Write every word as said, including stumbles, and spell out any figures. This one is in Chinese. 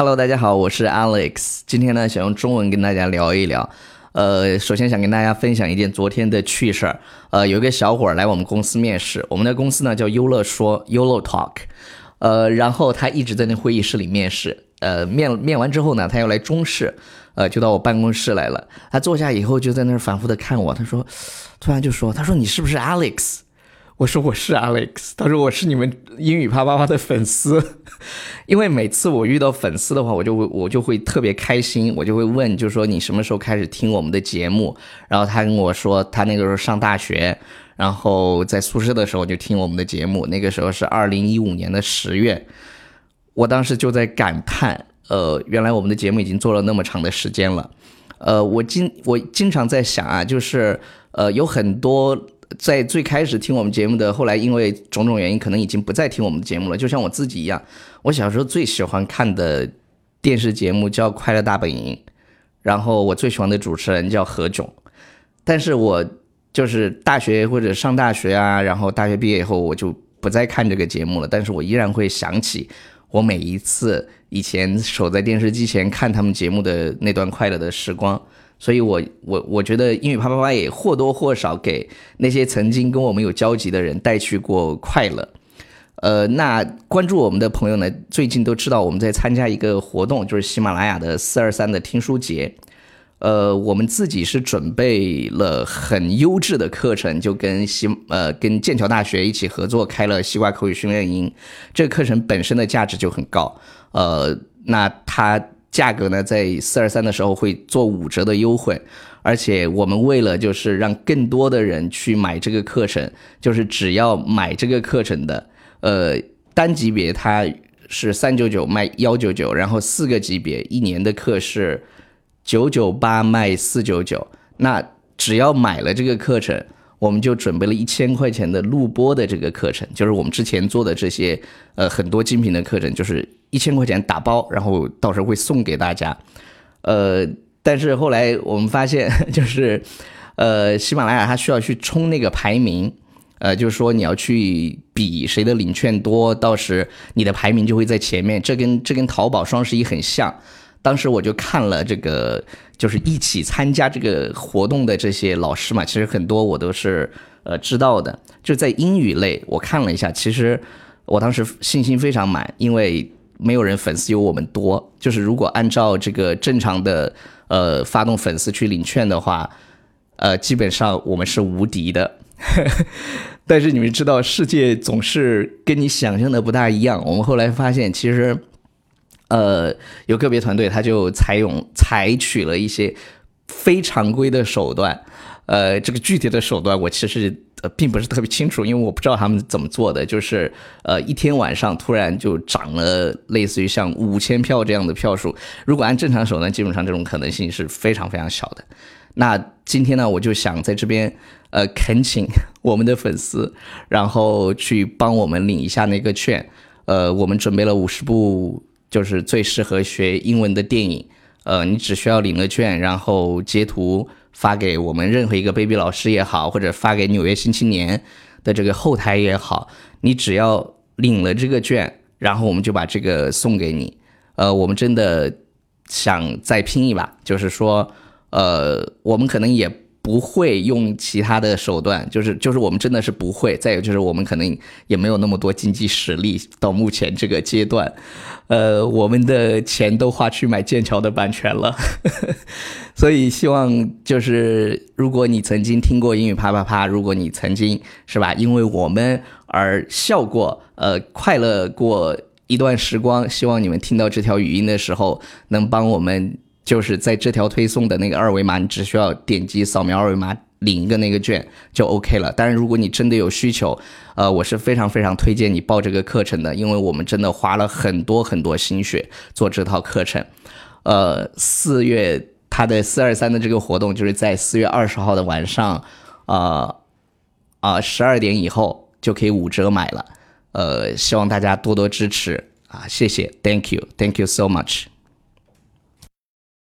Hello， 大家好，我是 Alex。今天呢，想用中文跟大家聊一聊。呃，首先想跟大家分享一件昨天的趣事儿。呃，有一个小伙儿来我们公司面试，我们的公司呢叫优乐说 （Yolo Talk）。呃，然后他一直在那会议室里面试。呃，面面完之后呢，他又来中试，呃，就到我办公室来了。他坐下以后就在那儿反复的看我，他说，突然就说，他说你是不是 Alex？我说我是 Alex， 他说我是你们英语啪啪啪的粉丝。因为每次我遇到粉丝的话，我就会我就会特别开心，我就会问，就是说你什么时候开始听我们的节目？然后他跟我说，他那个时候上大学，然后在宿舍的时候就听我们的节目，那个时候是二零一五年的十月，我当时就在感叹，呃，原来我们的节目已经做了那么长的时间了。呃，我经我经常在想啊，就是呃有很多。在最开始听我们节目的，后来因为种种原因可能已经不再听我们的节目了，就像我自己一样，我小时候最喜欢看的电视节目叫《快乐大本营》，然后我最喜欢的主持人叫何炅，但是我就是大学或者上大学啊，然后大学毕业以后我就不再看这个节目了，但是我依然会想起我每一次以前守在电视机前看他们节目的那段快乐的时光。所以我我我觉得英语啪啪啪也或多或少给那些曾经跟我们有交集的人带去过快乐。呃，那关注我们的朋友呢，最近都知道我们在参加一个活动，就是喜马拉雅的四二三的听书节。呃，我们自己是准备了很优质的课程，就跟西呃跟剑桥大学一起合作开了西瓜口语训练营。这个课程本身的价值就很高，呃，那它价格呢，在四二三的时候会做五折的优惠，而且我们为了就是让更多的人去买这个课程，就是只要买这个课程的，呃，单级别它是三百九十九卖一百九十九，然后四个级别一年的课是九百九十八卖四百九十九，那只要买了这个课程，我们就准备了一千块钱的录播的这个课程，就是我们之前做的这些呃很多精品的课程，就是一千块钱打包，然后到时候会送给大家。呃，但是后来我们发现，就是呃喜马拉雅它需要去冲那个排名，呃，就是说你要去比谁的领券多，到时你的排名就会在前面，这跟这跟淘宝双十一很像。当时我就看了这个，就是一起参加这个活动的这些老师嘛，其实很多我都是呃知道的。就在英语类，我看了一下，其实我当时信心非常满，因为没有人粉丝有我们多。就是如果按照这个正常的呃发动粉丝去领券的话，呃，基本上我们是无敌的。但是你们知道，世界总是跟你想象的不大一样。我们后来发现，其实。呃，有个别团队他就采用采取了一些非常规的手段，呃，这个具体的手段我其实呃并不是特别清楚，因为我不知道他们怎么做的，就是呃一天晚上突然就涨了类似于像五千票这样的票数，如果按正常手段，基本上这种可能性是非常非常小的。那今天呢，我就想在这边呃恳请我们的粉丝，然后去帮我们领一下那个券，呃，我们准备了五十部。就是最适合学英文的电影，呃，你只需要领了券，然后截图发给我们任何一个 baby 老师也好，或者发给纽约新青年的这个后台也好，你只要领了这个券，然后我们就把这个送给你。呃，我们真的想再拼一把，就是说，呃，我们可能也不会用其他的手段，就是就是我们真的是不会。再有就是我们可能也没有那么多经济实力，到目前这个阶段，呃，我们的钱都花去买剑桥的版权了。所以希望就是如果你曾经听过英语啪啪啪，如果你曾经是吧，因为我们而笑过，呃，快乐过一段时光，希望你们听到这条语音的时候能帮我们。就是在这条推送的那个二维码，你只需要点击扫描二维码领一个那个券就 OK 了。当然如果你真的有需求，呃，我是非常非常推荐你报这个课程的，因为我们真的花了很多很多心血做这套课程。呃，四月它的四二三的这个活动就是在四月二十号的晚上，呃啊十二点以后就可以五折买了。呃，希望大家多多支持啊，谢谢 ，Thank you，Thank you so much。